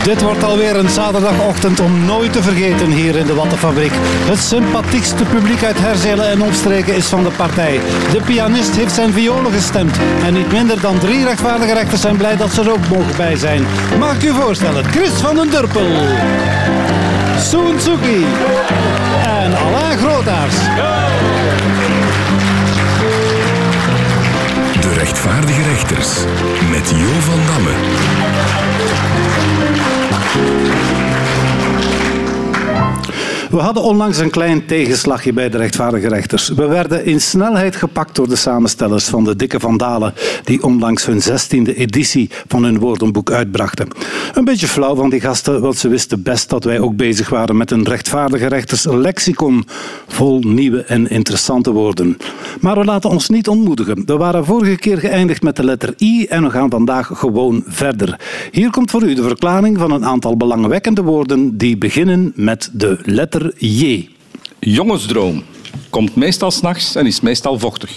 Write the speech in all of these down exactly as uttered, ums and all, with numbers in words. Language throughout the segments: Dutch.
Dit wordt alweer een zaterdagochtend om nooit te vergeten hier in de Wattenfabriek. Het sympathiekste publiek uit Herzelen en omstreken is van de partij. De pianist heeft zijn violen gestemd. En niet minder dan drie rechtvaardige rechters zijn blij dat ze er ook mogen bij zijn. Mag ik u voorstellen, Chris van den Durpel, Soen Soekie en Alain Grootaars. De rechtvaardige rechters met Jo van Damme. We hadden onlangs een klein tegenslagje bij de rechtvaardige rechters. We werden in snelheid gepakt door de samenstellers van de Dikke Vandalen, die onlangs hun zestiende editie van hun woordenboek uitbrachten. Een beetje flauw van die gasten, want ze wisten best dat wij ook bezig waren met een rechtvaardige rechters lexicon vol nieuwe en interessante woorden. Maar we laten ons niet ontmoedigen. We waren vorige keer geëindigd met de letter I en we gaan vandaag gewoon verder. Hier komt voor u de verklaring van een aantal belangwekkende woorden die beginnen met de letter J. Jongensdroom. Komt meestal 's nachts en is meestal vochtig.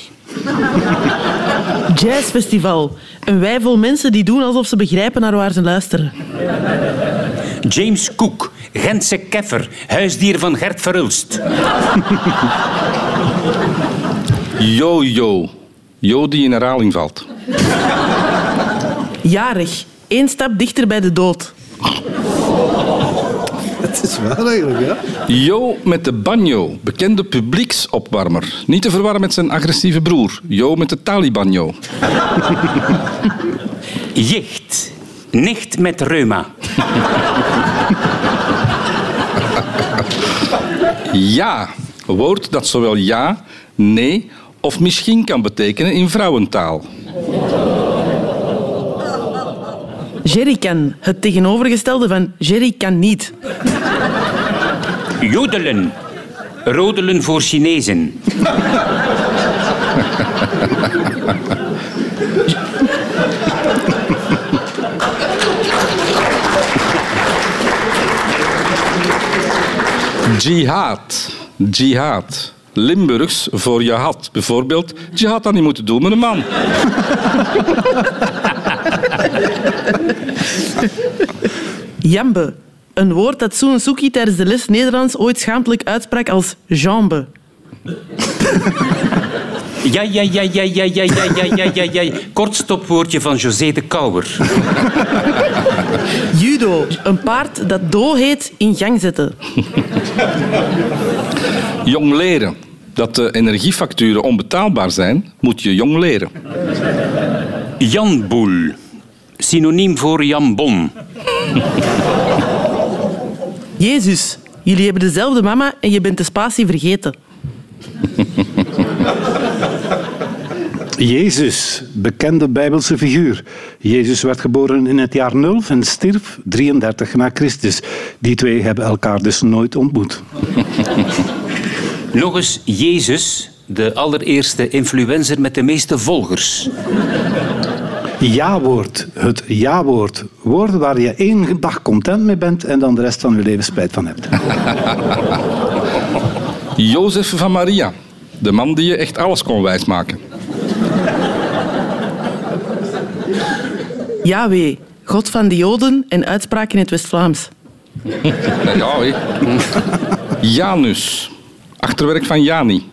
Jazzfestival. Een wei vol mensen die doen alsof ze begrijpen naar waar ze luisteren. James Cook. Gentse keffer. Huisdier van Gert Verhulst. Jo-jo. Jo die in herhaling valt. Jarig. Eén stap dichter bij de dood. Het is wel eigenlijk, ja. Jo met de banjo. Bekende publieksopwarmer. Niet te verwarren met zijn agressieve broer. Jo met de Talibanjo. Jicht. Nicht met reuma. Ja. Woord dat zowel ja, nee of misschien kan betekenen in vrouwentaal. Jerrycan. Het tegenovergestelde van jerrycan niet. Jodelen. Rodelen voor Chinezen. Jihad. Jihad. Limburgs voor jihad. Bijvoorbeeld, jihad had niet moeten doen met een man. Jambe. Een woord dat Soen Soekie tijdens de les Nederlands ooit schaamtelijk uitsprak als jambe. Ja, ja, ja, ja, ja, ja, ja, ja, ja, ja, ja. Kort stopwoordje van José de Kouwer. Judo. Een paard dat do heet in gang zetten. Jong leren. Dat de energiefacturen onbetaalbaar zijn, moet je jong leren. Janboel. Synoniem voor jambon. Jezus. Jullie hebben dezelfde mama en je bent de spatie vergeten. Jezus, bekende Bijbelse figuur. Jezus werd geboren in het jaar nul en stierf drieëndertig na Christus. Die twee hebben elkaar dus nooit ontmoet. Nog eens Jezus, de allereerste influencer met de meeste volgers. Ja-woord, het ja-woord. Woorden waar je één dag content mee bent en dan de rest van je leven spijt van hebt. Jozef van Maria. De man die je echt alles kon wijsmaken. Yahweh. God van de Joden en uitspraak in het West-Vlaams. Ja, hé. Janus. Achterwerk van Jani.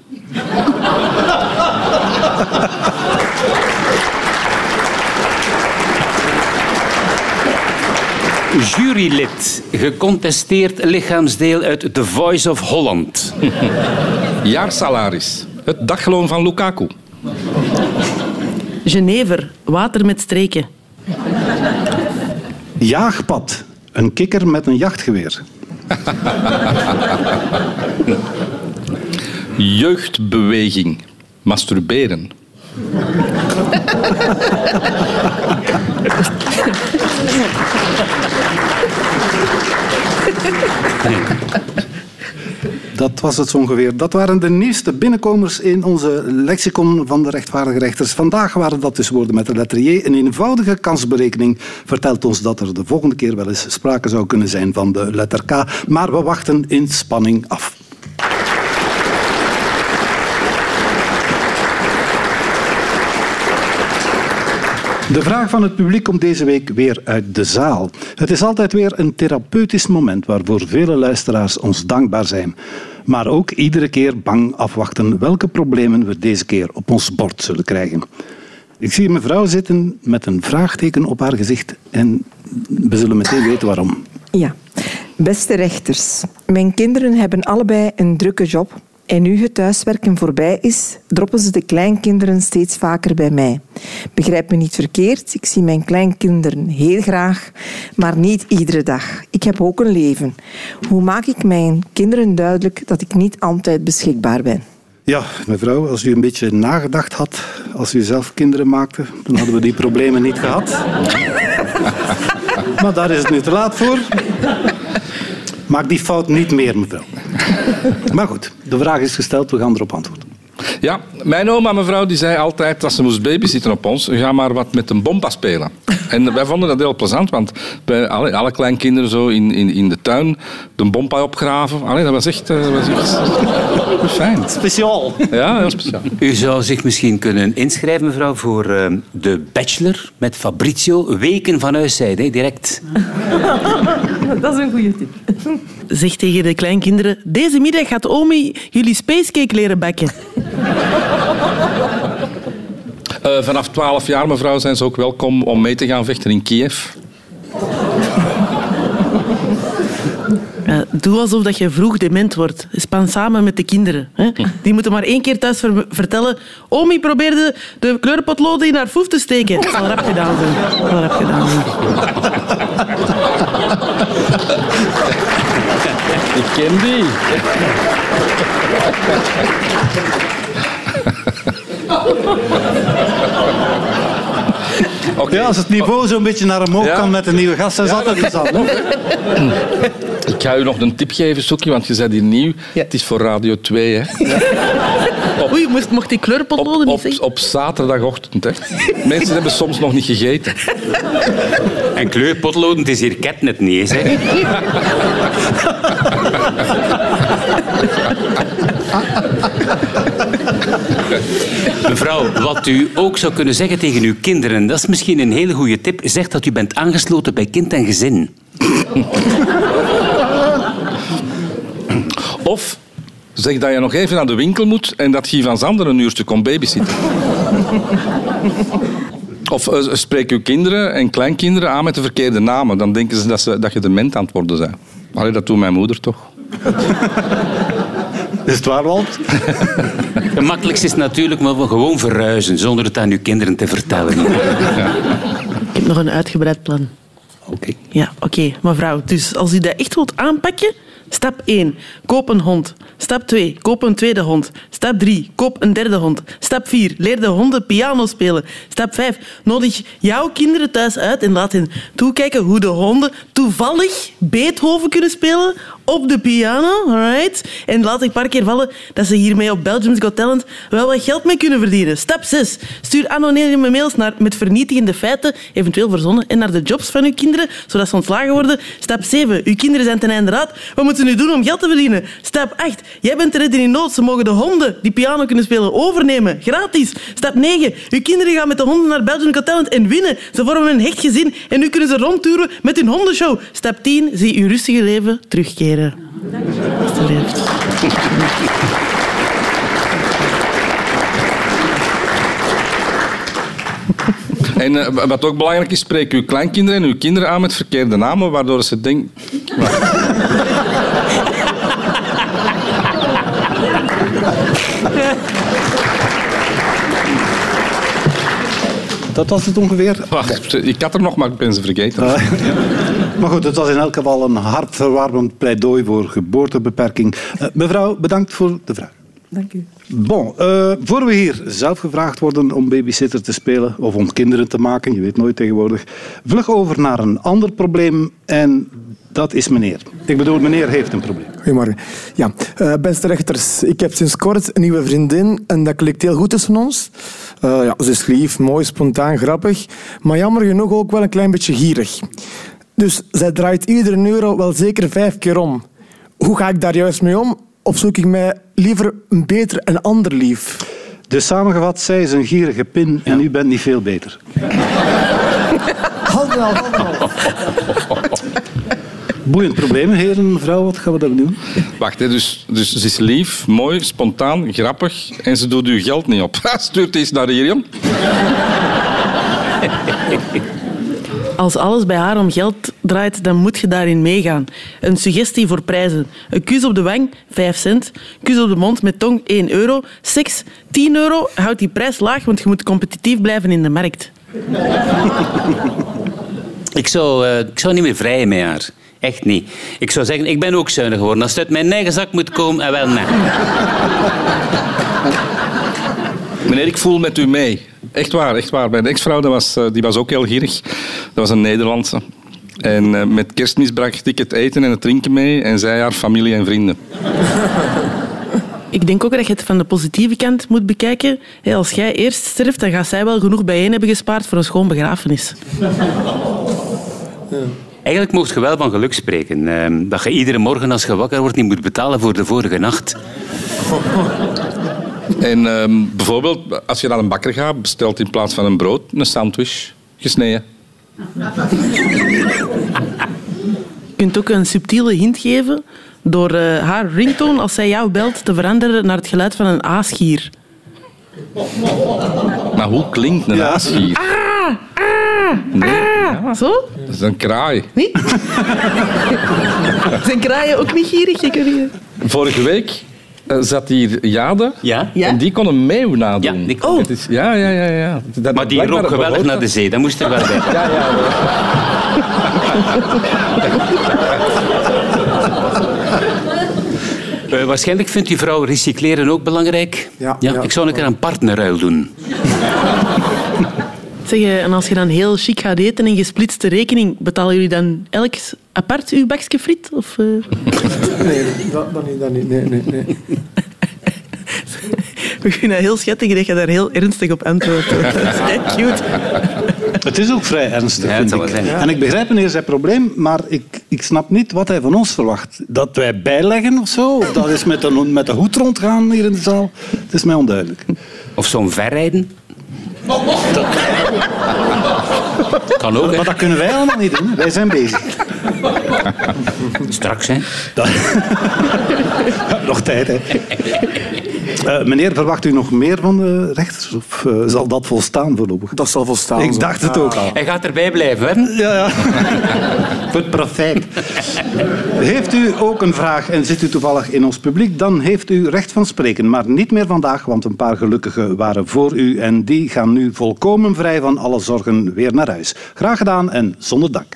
Jurylid. Gecontesteerd lichaamsdeel uit The Voice of Holland. Jaarsalaris. Het dagloon van Lukaku. Genever. Water met streken. Jaagpad. Een kikker met een jachtgeweer. Jeugdbeweging. Masturberen. Dat was het zo ongeveer. Dat waren de nieuwste binnenkomers in onze lexicon van de rechtvaardige rechters. Vandaag waren dat dus woorden met de letter J. Een eenvoudige kansberekening vertelt ons dat er de volgende keer wel eens sprake zou kunnen zijn van de letter K. Maar we wachten in spanning af. De vraag van het publiek komt deze week weer uit de zaal. Het is altijd weer een therapeutisch moment waarvoor vele luisteraars ons dankbaar zijn. Maar ook iedere keer bang afwachten welke problemen we deze keer op ons bord zullen krijgen. Ik zie een mevrouw zitten met een vraagteken op haar gezicht en we zullen meteen weten waarom. Ja, beste rechters. Mijn kinderen hebben allebei een drukke job. En nu het thuiswerken voorbij is, droppen ze de kleinkinderen steeds vaker bij mij. Begrijp me niet verkeerd, ik zie mijn kleinkinderen heel graag, maar niet iedere dag. Ik heb ook een leven. Hoe maak ik mijn kinderen duidelijk dat ik niet altijd beschikbaar ben? Ja, mevrouw, als u een beetje nagedacht had als u zelf kinderen maakte, dan hadden we die problemen niet gehad. Maar daar is het nu te laat voor. Maak die fout niet meer, mevrouw. Maar goed, de vraag is gesteld, we gaan erop antwoorden. Ja, mijn oma, mevrouw, die zei altijd dat ze moest babysitten op ons. Ga maar wat met een bompa spelen. En wij vonden dat heel plezant, want bij alle, alle kleinkinderen zo in, in, in de tuin de bompa opgraven. Allee, dat was echt, dat was echt fijn. Speciaal. Ja, heel speciaal. U zou zich misschien kunnen inschrijven, mevrouw, voor uh, de bachelor met Fabrizio. Weken van huis zijn, hè, direct. Dat is een goede tip. Zeg tegen de kleinkinderen, deze middag gaat Omi jullie spacecake leren bakken. Uh, vanaf twaalf jaar, mevrouw, zijn ze ook welkom om mee te gaan vechten in Kiev. Uh, doe alsof dat je vroeg dement wordt. Span samen met de kinderen. Hè? Die moeten maar één keer thuis ver- vertellen. Omi probeerde de kleurpotloden in haar foef te steken. Dat zal rap gedaan zijn. Dat zal rap gedaan zijn. Ik ken die. Okay. Ja, als het niveau zo'n beetje naar omhoog ja. kan met de nieuwe gast, dan is ja, altijd iets anders. Ik ga u nog een tip geven, Soekie, want je bent hier nieuw. Ja. Het is voor Radio twee. Hè. Ja. Op, Oei, mocht, mocht die kleurpotloden niet zeggen? Op, op zaterdagochtend. Hè. Mensen hebben soms nog niet gegeten. En kleurpotloden, het is hier catnet niet eens. Hè. Mevrouw, wat u ook zou kunnen zeggen tegen uw kinderen, dat is misschien een hele goede tip. Zeg dat u bent aangesloten bij kind en gezin. Of zeg dat je nog even naar de winkel moet en dat Guy van Zander een uurtje komt babysitten. Of uh, spreek uw kinderen en kleinkinderen aan met de verkeerde namen. Dan denken ze dat, ze, dat je dement aan het worden bent. Allee, dat doet mijn moeder toch. Is het waar, Walt? Het makkelijkste is natuurlijk maar gewoon verhuizen, zonder het aan uw kinderen te vertellen. Ja. Ik heb nog een uitgebreid plan. Oké. Okay. Ja, oké. Okay. Mevrouw, dus als u dat echt wilt aanpakken... Stap één. Koop een hond. Stap twee. Koop een tweede hond. Stap drie. Koop een derde hond. Stap vier. Leer de honden piano spelen. Stap vijf. Nodig jouw kinderen thuis uit en laat hen toekijken hoe de honden toevallig Beethoven kunnen spelen op de piano. Alright? En laat ik een paar keer vallen dat ze hiermee op Belgium's Got Talent wel wat geld mee kunnen verdienen. Stap zes. Stuur anonieme mails naar, met vernietigende feiten, eventueel verzonnen, en naar de jobs van uw kinderen, zodat ze ontslagen worden. Stap zeven. Uw kinderen zijn ten einde raad. Wat moeten ze nu doen om geld te verdienen? Stap acht. Jij bent de redder in nood. Ze mogen de honden die piano kunnen spelen overnemen. Gratis. Stap negen. Uw kinderen gaan met de honden naar Belgium's Got Talent en winnen. Ze vormen een hecht gezin en nu kunnen ze rondtoeren met hun hondenshow. Stap tien. Zie uw rustige leven terugkeren. Alsjeblieft. En uh, wat ook belangrijk is, spreek uw kleinkinderen en uw kinderen aan met verkeerde namen, waardoor ze denken... Dat was het ongeveer. Wacht, ik had er nog, maar ik ben ze vergeten. Uh, ja. Maar goed, het was in elk geval een hartverwarmend pleidooi voor geboortebeperking. Uh, mevrouw, bedankt voor de vraag. Dank u. Bon, uh, voor we hier zelf gevraagd worden om babysitter te spelen of om kinderen te maken, je weet nooit tegenwoordig, vlug over naar een ander probleem en dat is meneer. Ik bedoel, meneer heeft een probleem. Goedemorgen. Ja, uh, beste rechters, ik heb sinds kort een nieuwe vriendin en dat klikt heel goed tussen ons. Uh, ja, ze is lief, mooi, spontaan, grappig, maar jammer genoeg ook wel een klein beetje gierig. Dus zij draait iedere euro wel zeker vijf keer om. Hoe ga ik daar juist mee om? Of zoek ik mij liever een beter en ander lief? Dus samengevat, zij is een gierige pin en u bent niet veel beter. Handen al, handen al. Boeiend probleem, heren, mevrouw, wat gaan we daar doen? Wacht, hè, dus, dus ze is lief, mooi, spontaan, grappig en ze doet uw geld niet op. Stuurt eens naar hier, jong. Als alles bij haar om geld draait, dan moet je daarin meegaan. Een suggestie voor prijzen. Een kus op de wang, vijf cent. Kus op de mond met tong, één euro. Seks, tien euro. Houd die prijs laag, want je moet competitief blijven in de markt. Ik zou, uh, ik zou niet meer vrijen met haar. Echt niet. Ik zou zeggen, ik ben ook zuinig geworden. Als het uit mijn eigen zak moet komen, en wel nee. Meneer, ik voel met u mee. Echt waar, echt waar. Mijn ex-vrouw dat was, die was ook heel gierig. Dat was een Nederlandse. En uh, met Kerstmis bracht ik het eten en het drinken mee en zij haar familie en vrienden. Ik denk ook dat je het van de positieve kant moet bekijken. Als jij eerst sterft, dan gaat zij wel genoeg bijeen hebben gespaard voor een schoon begrafenis. Eigenlijk mocht je wel van geluk spreken. Uh, dat je iedere morgen als je wakker wordt niet moet betalen voor de vorige nacht. En um, bijvoorbeeld, als je naar een bakker gaat, bestelt in plaats van een brood een sandwich gesneden. Je kunt ook een subtiele hint geven door uh, haar ringtone, als zij jou belt, te veranderen naar het geluid van een aasgier. Maar hoe klinkt een Ja. aasgier? Ah, ah, Nee, ah. ja. Zo? Dat is een kraai. Niet? Zijn kraaien ook niet gierig? Ik weet niet. Vorige week uh, zat hier Jade Ja? Ja? en die kon een meeuw nadoen. Ja, die kon- Het is, ja, ja, ja, ja. Dat, Maar die blijkbaar rook geweldig behoort naar de dat- zee. Dat moest er wel bij. Ja, ja. Uh, waarschijnlijk vindt uw vrouw recycleren ook belangrijk. Ja, ja. Ik zou een keer een partnerruil doen. Zeg, eh, en als je dan heel chic gaat eten en gesplitste rekening, betalen jullie dan elk apart uw bakje friet? Of, uh... Nee, dat, dat niet, dat niet. Nee, nee, nee. Ik vind het heel schattig dat je daar heel ernstig op antwoordt. Dat is echt cute. Het is ook vrij ernstig, Ja, het vind zal ik. wel zijn. En ik begrijp meneer zijn probleem, maar ik, ik snap niet wat hij van ons verwacht. Dat wij bijleggen of zo? Of dat is met de, met de hoed rondgaan hier in de zaal? Het is mij onduidelijk. Of zo'n verrijden. Kan ook, hè. Maar dat kunnen wij allemaal niet doen. Wij zijn bezig. Straks, hè. Dat- Nog tijd, hè. Uh, meneer, verwacht u nog meer van de rechters? Of uh, zal dat volstaan voorlopig? Dat zal volstaan. Ik zo. dacht het ook al. Hij gaat erbij blijven, hè. Ja, ja. Voor het profijt. Heeft u ook een vraag en zit u toevallig in ons publiek, dan heeft u recht van spreken. Maar niet meer vandaag, want een paar gelukkigen waren voor u en die gaan nu volkomen vrij van alle zorgen weer naar huis. Graag gedaan en zonder dank.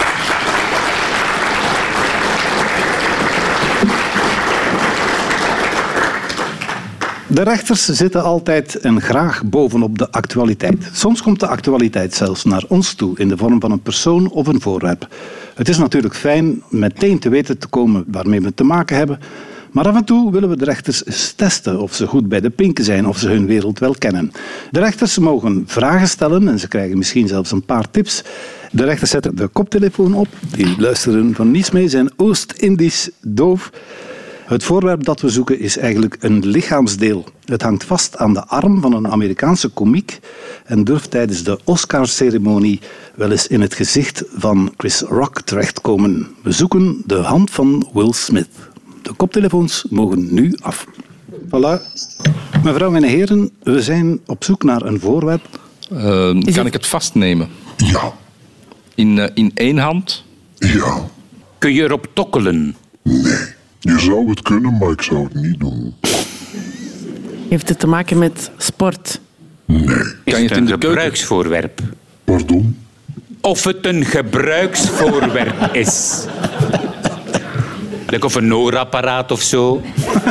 De rechters zitten altijd en graag bovenop de actualiteit. Soms komt de actualiteit zelfs naar ons toe in de vorm van een persoon of een voorwerp. Het is natuurlijk fijn meteen te weten te komen waarmee we te maken hebben. Maar af en toe willen we de rechters eens testen of ze goed bij de pinken zijn, of ze hun wereld wel kennen. De rechters mogen vragen stellen en ze krijgen misschien zelfs een paar tips. De rechters zetten de koptelefoon op. Die luisteren van niets mee, zijn Oost-Indisch doof. Het voorwerp dat we zoeken is eigenlijk een lichaamsdeel. Het hangt vast aan de arm van een Amerikaanse komiek en durft tijdens de Oscarceremonie wel eens in het gezicht van Chris Rock terechtkomen. We zoeken de hand van Will Smith. De koptelefoons mogen nu af. Voilà. Mevrouw en heren, we zijn op zoek naar een voorwerp. Uh, kan het- ik het vastnemen? Ja, In, uh, in één hand? ja. Kun je erop tokkelen? Nee. Je zou het kunnen, maar ik zou het niet doen. Heeft het te maken met sport? Nee. Is Kan je het het in een de keuken? gebruiksvoorwerp? Pardon? Of het een gebruiksvoorwerp is. Like of een noorapparaat of zo.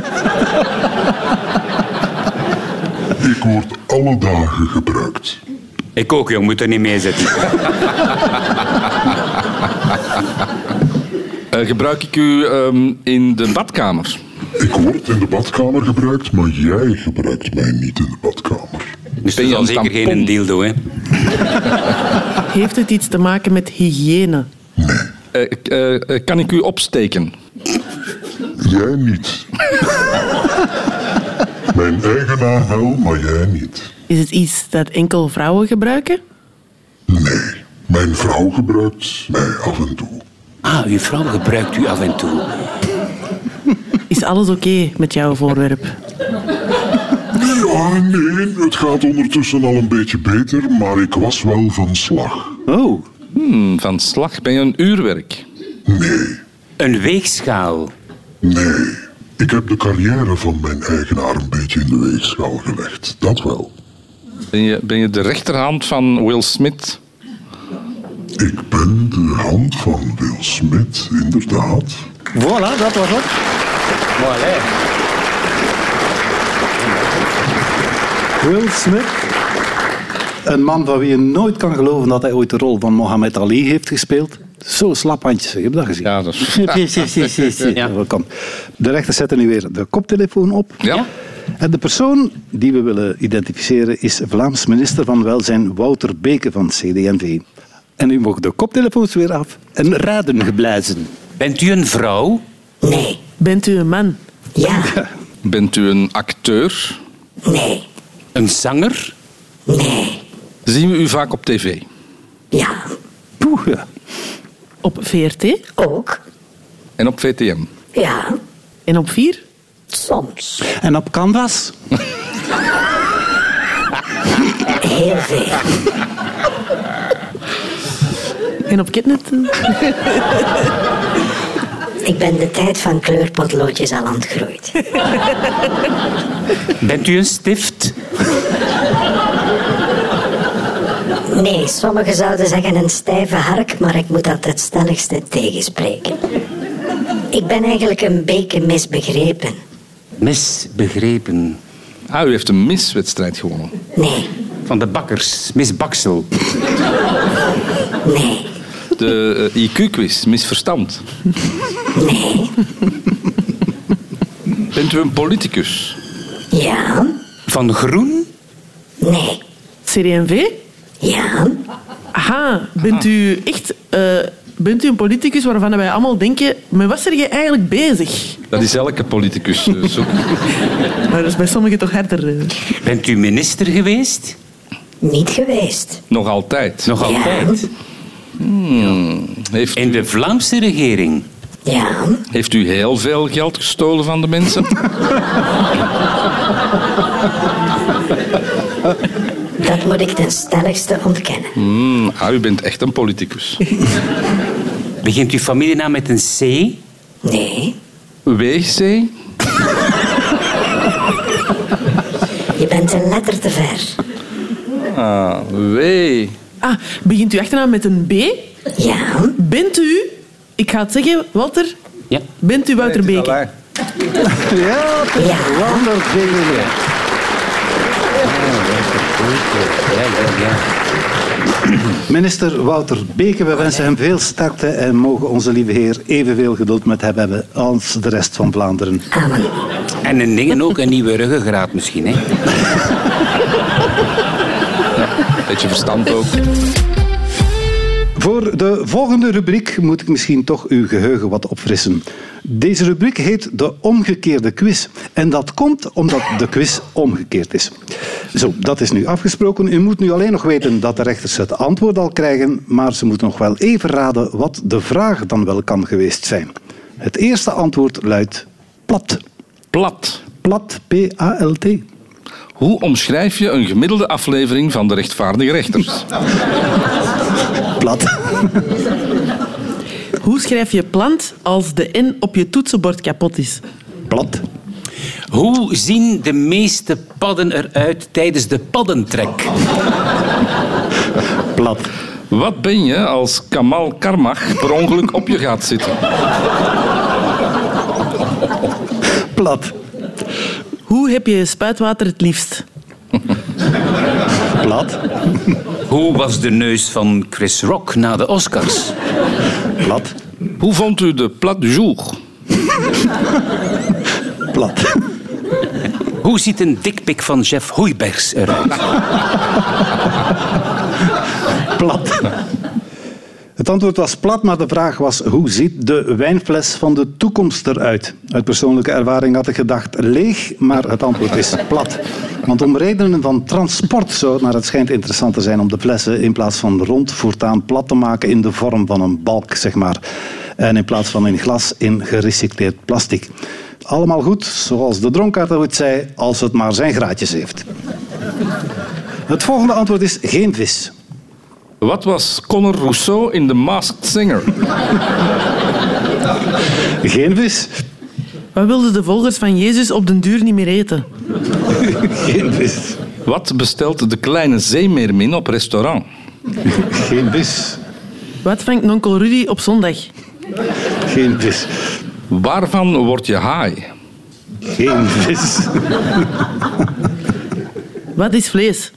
Ik word alle dagen gebruikt. Ik ook, jong. Moet er niet mee zitten. Uh, gebruik ik u um, in de badkamer? Ik word in de badkamer gebruikt, maar jij gebruikt mij niet in de badkamer. Dus Ben er je zal een zeker tampon? geen dildo, hè. Heeft het iets te maken met hygiëne? Uh, uh, uh, kan ik u opsteken? Jij niet. Mijn eigenaar wel, maar jij niet. Is het iets dat enkel vrouwen gebruiken? Nee, mijn vrouw gebruikt mij af en toe. Ah, uw vrouw gebruikt u af en toe. Is alles oké met jouw voorwerp? Ja, nee, het gaat ondertussen al een beetje beter, maar ik was wel van slag. Oh, Hmm, van slag ben je een uurwerk. Nee, Een weegschaal. nee. Ik heb de carrière van mijn eigenaar een beetje in de weegschaal gelegd. Dat wel. Ben je, ben je de rechterhand van Will Smith? Ik ben de hand van Will Smith, inderdaad. voilà, dat was het. Will Smith, een man van wie je nooit kan geloven dat hij ooit de rol van Mohammed Ali heeft gespeeld. Zo slap handjes, heb je dat gezien? Ja, dat is... Ja. Welkom. De rechters zetten nu weer de koptelefoon op. Ja. En de persoon die we willen identificeren is Vlaams minister van Welzijn Wouter Beke van C D en V. En u mag de koptelefoons weer af en raden geblazen. Bent u een vrouw? Nee. Bent u een man? Ja. Bent u een acteur? Nee. Een zanger? Nee. Zien we u vaak op tv? Ja. Poeh, ja. Op V R T? Ook. En op V T M? Ja. En op vier? Soms. En op Canvas? Heel veel. En op Kidnet? Ik ben de tijd van kleurpotloodjes al ontgroeid. Bent u een stift? Nee, sommigen zouden zeggen een stijve hark, maar ik moet dat het stelligste tegenspreken. Ik ben eigenlijk een beetje misbegrepen. Misbegrepen. Ah, u heeft een miswedstrijd gewonnen. Nee, Van de bakkers. Miss Baksel. nee, De uh, I Q-quiz, misverstand. nee. Bent u een politicus? Ja, Van groen? nee, C D en V? ja, Aha, bent u echt... eh, bent u een politicus waarvan wij allemaal denken... Met wat ben je eigenlijk bezig? Dat is elke politicus. uh, zo. Maar dat is bij sommigen toch harder. eh. Bent u minister geweest? niet geweest. Nog altijd. Nog altijd. Heeft, In de Vlaamse regering? Ja, heeft u heel veel geld gestolen van de mensen? dat moet ik ten stelligste ontkennen. Hmm, ah, u bent echt een politicus. Begint uw familienaam met een C? Nee, W C? je bent een letter te ver. Ah, W. Ah, begint uw achternaam met een B? Ja, Bent u... Ik ga het zeggen, Walter. Ja. Bent u Wouter Beke? Ja, ja, Wouter Beke. Ja, ja, ja. Minister Wouter Beke, we wensen hem veel sterkte en mogen onze lieve heer evenveel geduld met hem hebben als de rest van Vlaanderen. amen. En een dingen ook, een nieuwe ruggengraat misschien, hè? Beetje verstand ook. Voor de volgende rubriek moet ik misschien toch uw geheugen wat opfrissen. Deze rubriek heet de omgekeerde quiz. En dat komt omdat de quiz omgekeerd is. Zo, dat is nu afgesproken. U moet nu alleen nog weten dat de rechters het antwoord al krijgen, maar ze moeten nog wel even raden wat de vraag dan wel kan geweest zijn. Het eerste antwoord luidt plat. Plat. Plat, P A L T. Hoe omschrijf je een gemiddelde aflevering van de rechtvaardige rechters? Plat. Hoe schrijf je plant als de N op je toetsenbord kapot is? Plat. Hoe zien de meeste padden eruit tijdens de paddentrek? Plat. Wat ben je als Kamal Karmach per ongeluk op je gaat zitten? Plat. Hoe heb je spuitwater het liefst? Plat. Hoe was de neus van Chris Rock na de Oscars? Plat. Hoe vond u de plat du jour? Plat. Hoe ziet een dikpik van Jeff Hoijbergs eruit? Plat. Het antwoord was plat, maar de vraag was: hoe ziet de wijnfles van de toekomst eruit? Uit persoonlijke ervaring had ik gedacht leeg, maar het antwoord is plat. Want om redenen van transport zou het naar het schijnt interessant te zijn om de flessen in plaats van rond voortaan plat te maken in de vorm van een balk, zeg maar. En in plaats van in glas in gerecycleerd plastic. Allemaal goed, zoals de dronkaard ooit zei, als het maar zijn graadjes heeft. Het volgende antwoord is geen vis. Wat was Conor Rousseau in The Masked Singer? Geen vis. Wat wilden de volgers van Jezus op den duur niet meer eten? Geen vis. Wat bestelt de kleine zeemeermin op restaurant? Geen vis. Wat vangt nonkel Rudy op zondag? Geen vis. Waarvan word je high? Geen vis. Wat is vlees?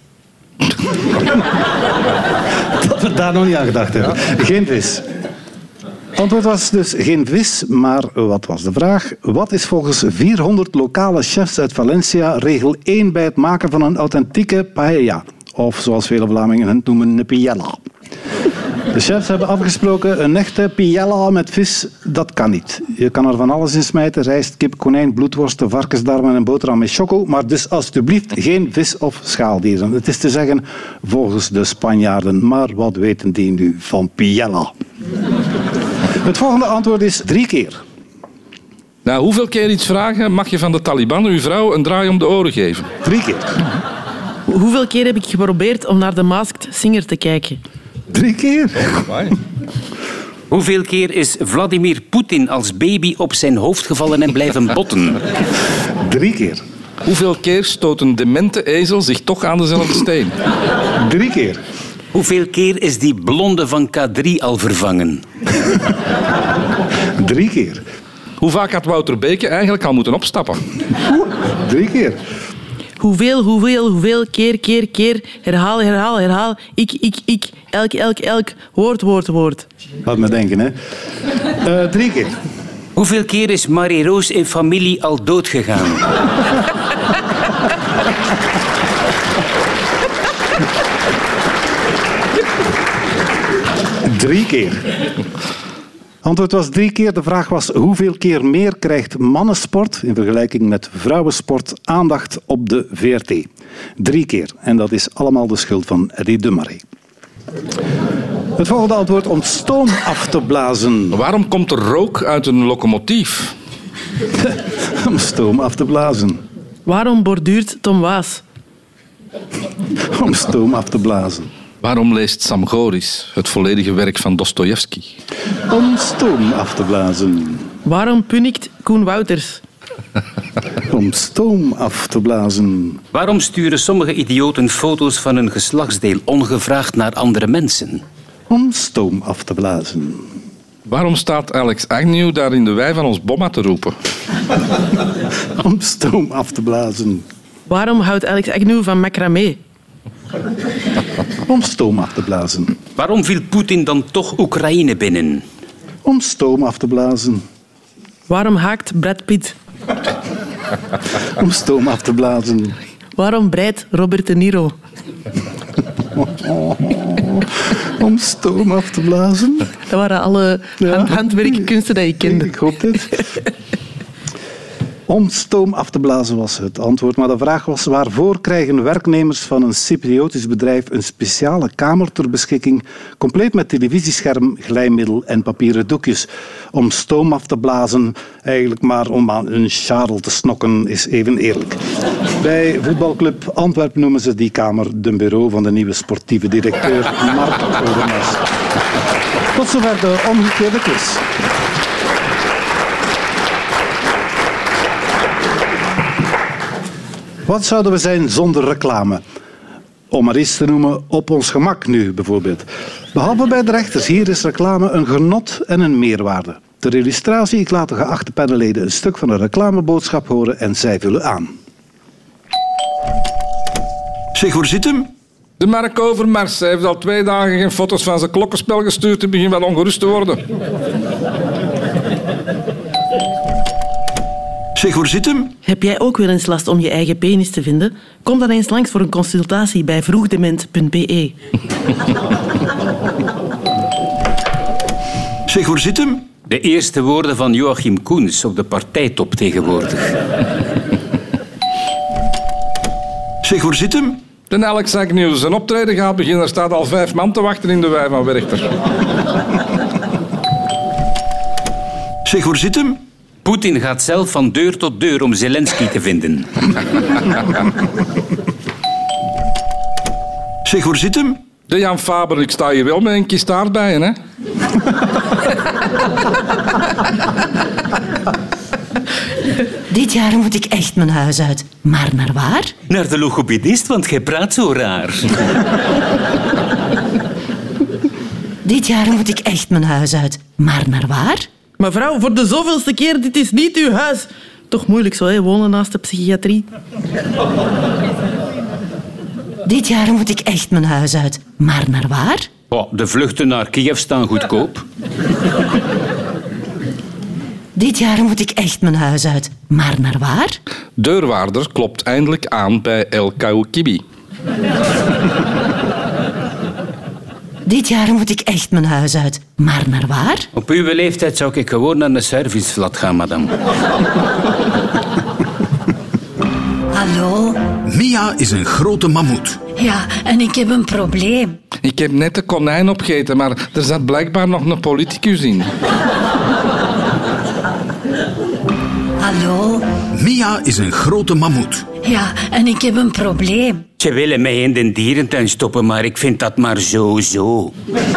Dat we daar nog niet aan gedacht hebben. Geen vis. Antwoord was dus geen vis, maar wat was de vraag? Wat is volgens vierhonderd lokale chefs uit Valencia regel één bij het maken van een authentieke paella? Of zoals vele Vlamingen het noemen, een piella. De chefs hebben afgesproken, een echte piella met vis, dat kan niet. Je kan er van alles in smijten, rijst, kip, konijn, bloedworsten, varkensdarmen en boterham met choco, maar dus alstublieft geen vis of schaaldieren. Het is te zeggen volgens de Spanjaarden, maar wat weten die nu van piella? Het volgende antwoord is drie keer. Nou, hoeveel keer iets vragen mag je van de Taliban uw vrouw een draai om de oren geven? Drie keer. Hoeveel keer heb ik geprobeerd om naar de Masked Singer te kijken? Drie keer. Hoeveel keer is Vladimir Poetin als baby op zijn hoofd gevallen en blijven botten? Drie keer. Hoeveel keer stoot een demente ezel zich toch aan dezelfde steen? Drie keer. Hoeveel keer is die blonde van K drie al vervangen? Drie keer. Hoe vaak had Wouter Beke eigenlijk al moeten opstappen? Drie keer. Hoeveel, hoeveel, hoeveel, keer, keer, keer, herhaal, herhaal, herhaal, ik, ik, ik, elk, elk, elk, woord, woord, woord. Laat me denken, hè. Uh, drie keer. Hoeveel keer is Marie-Roos in familie al doodgegaan? Drie keer. Antwoord was drie keer. De vraag was hoeveel keer meer krijgt mannensport in vergelijking met vrouwensport aandacht op de V R T. Drie keer. En dat is allemaal de schuld van Eddie de Marais. Het volgende antwoord om stoom af te blazen. Waarom komt er rook uit een locomotief? Om stoom af te blazen. Waarom borduurt Tom Waas? Om stoom af te blazen. Waarom leest Sam Goris het volledige werk van Dostojevski? Om stoom af te blazen. Waarom punikt Koen Wouters? Om stoom af te blazen. Waarom sturen sommige idioten foto's van hun geslachtsdeel ongevraagd naar andere mensen? Om stoom af te blazen. Waarom staat Alex Agnew daar in de wei van ons bomma te roepen? Om stoom af te blazen. Waarom houdt Alex Agnew van macramé? Om stoom af te blazen. Waarom viel Poetin dan toch Oekraïne binnen? Om stoom af te blazen. Waarom haakt Brad Pitt? Om stoom af te blazen. Waarom breidt Robert De Niro? Om stoom af te blazen. Dat waren alle Ja. handwerkkunsten die ik kende. Ik hoop het. Om stoom af te blazen was het antwoord. Maar de vraag was, waarvoor krijgen werknemers van een cypriotisch bedrijf een speciale kamer ter beschikking, compleet met televisiescherm, glijmiddel en papieren doekjes? Om stoom af te blazen, eigenlijk maar om aan een charel te snokken, is even eerlijk. Bij voetbalclub Antwerpen noemen ze die kamer de bureau van de nieuwe sportieve directeur Mark Overmars. Tot zover de omgekeerde quiz. Wat zouden we zijn zonder reclame? Om maar iets te noemen, op ons gemak nu bijvoorbeeld. Behalve bij de rechters, hier is reclame een genot en een meerwaarde. Ter illustratie, ik laat de geachte panelleden een stuk van een reclameboodschap horen en zij vullen aan. Zeg, waar zit hem? De Mark Overmars. Hij heeft al twee dagen geen foto's van zijn klokkenspel gestuurd en begint wel ongerust te worden. Zeg, waar zit hem? Heb jij ook wel eens last om je eigen penis te vinden? Kom dan eens langs voor een consultatie bij vroegdement punt be. Zeg, waar zit hem? De eerste woorden van Joachim Koens op de partijtop tegenwoordig. Zeg, waar zit hem? De Alex Agnew een optreden gaat beginnen. Er staat al vijf man te wachten in de wei van Werchter. Zeg, waar zit hem? Poetin gaat zelf van deur tot deur om Zelensky te vinden. Zeg, waar zit hem? De Jan Faber, ik sta hier wel met een kistaard bij je, hè? Dit jaar moet ik echt mijn huis uit. Maar naar waar? Naar de logopedist, want jij praat zo raar. Dit jaar moet ik echt mijn huis uit. Maar naar waar? Mevrouw, voor de zoveelste keer, dit is niet uw huis. Toch moeilijk zo, hè? Wonen naast de psychiatrie. Dit jaar moet ik echt mijn huis uit. Maar naar waar? Oh, de vluchten naar Kiev staan goedkoop. Dit jaar moet ik echt mijn huis uit. Maar naar waar? Deurwaarder klopt eindelijk aan bij El Kaukibi. Dit jaar moet ik echt mijn huis uit. Maar naar waar? Op uw leeftijd zou ik gewoon naar een serviceflat gaan, madame. Hallo? Mia is een grote mammoet. Ja, en ik heb een probleem. Ik heb net de konijn opgegeten, maar er zat blijkbaar nog een politicus in. Hallo? Mia is een grote mammoet. Ja, en ik heb een probleem. Ze willen mij in de dierentuin stoppen, maar ik vind dat maar zo zo.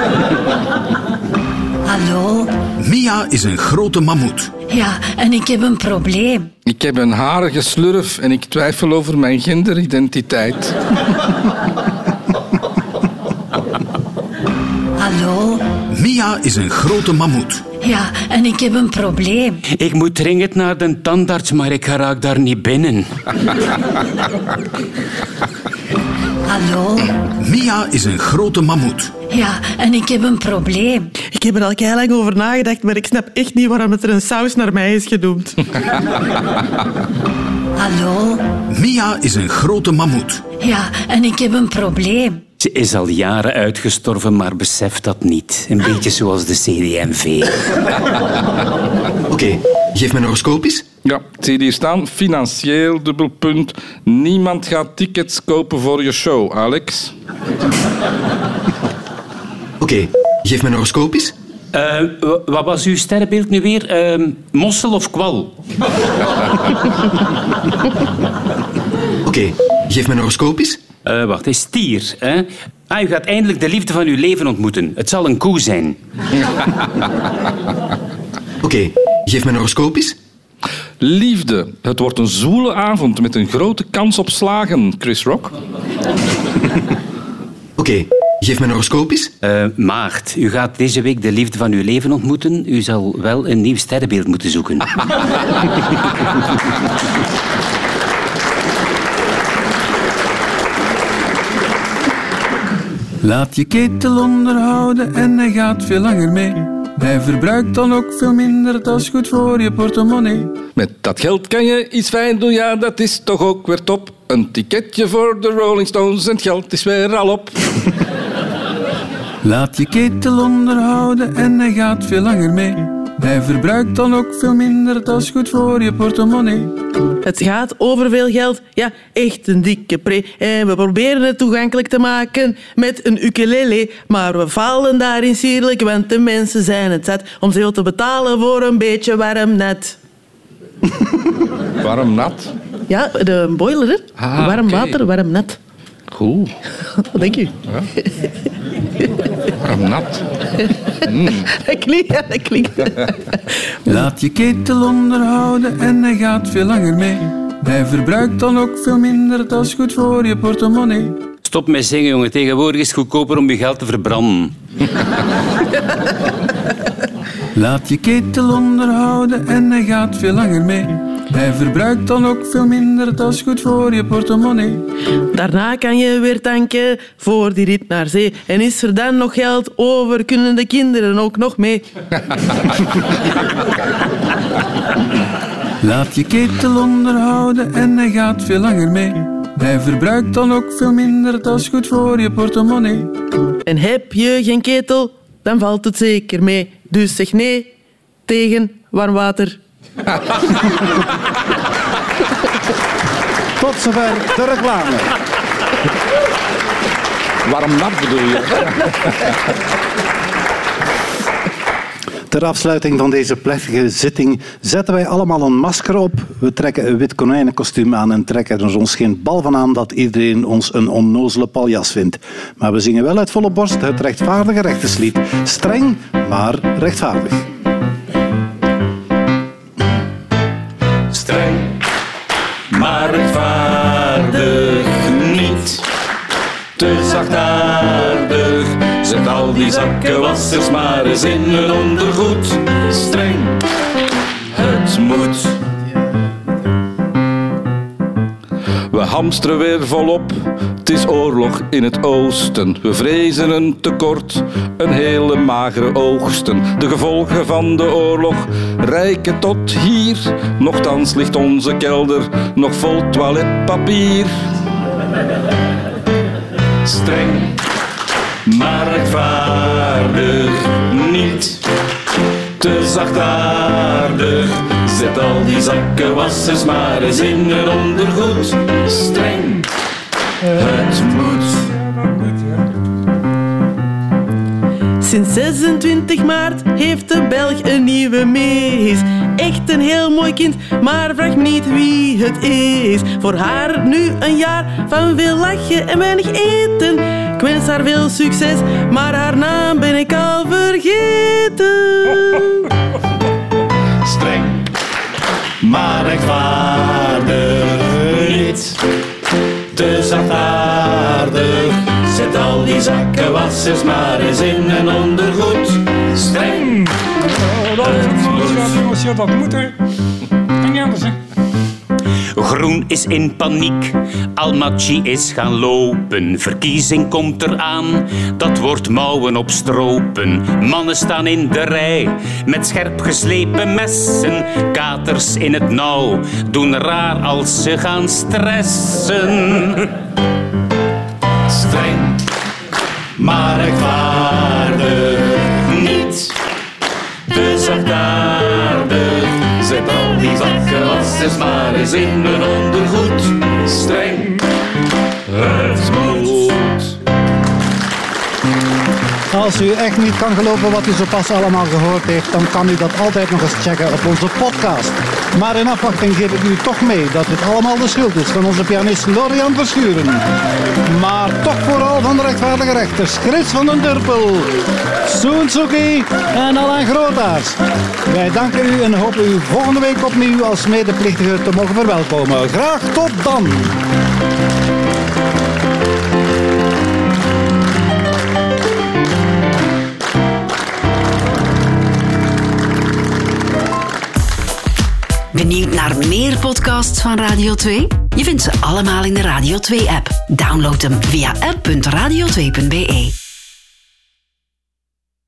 Hallo? Mia is een grote mammoet. Ja, en ik heb een probleem. Ik heb een harige slurf en ik twijfel over mijn genderidentiteit. Hallo? Mia is een grote mammoet. Ja, en ik heb een probleem. Ik moet dringend naar de tandarts, maar ik raak daar niet binnen. Hallo? Mia is een grote mammoet. Ja, en ik heb een probleem. Ik heb er al heel lang over nagedacht, maar ik snap echt niet waarom het er een saus naar mij is genoemd. Hallo? Mia is een grote mammoet. Ja, en ik heb een probleem. Ze is al jaren uitgestorven, maar beseft dat niet. Een beetje zoals de C D M V. Oké, okay, geef mijn horoscoop eens. Ja, ik zie hier staan. Financieel, dubbelpunt. Niemand gaat tickets kopen voor je show, Alex. Oké, okay, geef mijn horoscoop eens. Uh, wat was uw sterrenbeeld nu weer? Uh, mossel of kwal? Oké, okay, geef mijn horoscoop eens. Uh, wacht, is stier. Hè? Ah, u gaat eindelijk de liefde van uw leven ontmoeten. Het zal een koe zijn. Oké, okay, geef mijn horoscoop eens. Liefde. Het wordt een zwoele avond met een grote kans op slagen, Chris Rock. Oké, okay, geef mijn horoscoop eens. Uh, maagd, u gaat deze week de liefde van uw leven ontmoeten. U zal wel een nieuw sterrenbeeld moeten zoeken. Laat je ketel onderhouden en hij gaat veel langer mee. Hij verbruikt dan ook veel minder, dat is goed voor je portemonnee. Met dat geld kan je iets fijn doen, ja, dat is toch ook weer top. Een ticketje voor de Rolling Stones en het geld is weer al op. Laat je ketel onderhouden en hij gaat veel langer mee. Hij verbruikt dan ook veel minder, dat is goed voor je portemonnee. Het gaat over veel geld, ja, echt een dikke pre. En we proberen het toegankelijk te maken met een ukulele. Maar we falen daarin sierlijk, want de mensen zijn het zat om veel te betalen voor een beetje warm net. Warm nat? Ja, de boiler, hè? Ah, warm okay. water, warm net. Cool. Wat denk je? Ja. Warm nat. Mm. Dat klinkt, ja, dat klinkt. Laat je ketel onderhouden en hij gaat veel langer mee. Hij verbruikt dan ook veel minder, dat is goed voor je portemonnee. Stop met zingen, jongen. Tegenwoordig is het goedkoper om je geld te verbranden. Laat je ketel onderhouden en hij gaat veel langer mee. Hij verbruikt dan ook veel minder, dat is goed voor je portemonnee. Daarna kan je weer tanken voor die rit naar zee. En is er dan nog geld over, kunnen de kinderen ook nog mee. Laat je ketel onderhouden en hij gaat veel langer mee. Hij verbruikt dan ook veel minder, dat is goed voor je portemonnee. En heb je geen ketel, dan valt het zeker mee. Dus zeg nee tegen warm water. Tot zover de reclame. Waarom nat bedoel je? Ter afsluiting van deze plechtige zitting zetten wij allemaal een masker op. We trekken een wit konijnenkostuum aan en trekken er ons geen bal van aan dat iedereen ons een onnozele paljas vindt. Maar we zingen wel uit volle borst het rechtvaardige rechterslied. Streng, maar rechtvaardig. Streng, maar rechtvaardig niet. Te zachtaardig. Zet al die zakkenwassers maar eens in hun ondergoed. Streng, het moet. We hamsteren weer volop, het is oorlog in het oosten. We vrezen een tekort, een hele magere oogsten. De gevolgen van de oorlog reiken tot hier. Nochtans ligt onze kelder nog vol toiletpapier. Streng, maar rechtvaardig niet. Te zachtaardig. Zet al die zakkenwassers maar eens in hun ondergoed. Streng, het moet. Sinds zesentwintig maart heeft de Belg een nieuwe mees. Echt een heel mooi kind, maar vraag me niet wie het is. Voor haar nu een jaar van veel lachen en weinig eten. Ik wens haar veel succes, maar haar naam ben ik al vergeten. Streng, maar rechtvaardig niet. Te zachtaardig. Zet al die zakkenwassers maar eens in hun ondergoed. Streng, het moet. Dat moet er. Kan niet anders, hè. Groen is in paniek, Almaty is gaan lopen. Verkiezing komt eraan, dat wordt mouwen op stropen. Mannen staan in de rij, met scherp geslepen messen. Katers in het nauw, doen raar als ze gaan stressen. Streng, maar rechtvaardig niet. Te zachtaardig. Zet al die zakkenwassers maar eens in hun ondergoed. Streng, het moet. Als u echt niet kan geloven wat u zo pas allemaal gehoord heeft, dan kan u dat altijd nog eens checken op onze podcast. Maar in afwachting geef ik u toch mee dat dit allemaal de schuld is van onze pianist Lorian Verschuren. Maar toch vooral van de rechtvaardige rechters Chris van den Durpel, Soen Soekie en Alain Grootaars. Wij danken u en hopen u volgende week opnieuw als medeplichtige te mogen verwelkomen. Graag tot dan! Benieuwd naar meer podcasts van Radio twee? Je vindt ze allemaal in de Radio twee app. Download hem via app punt radio twee punt be.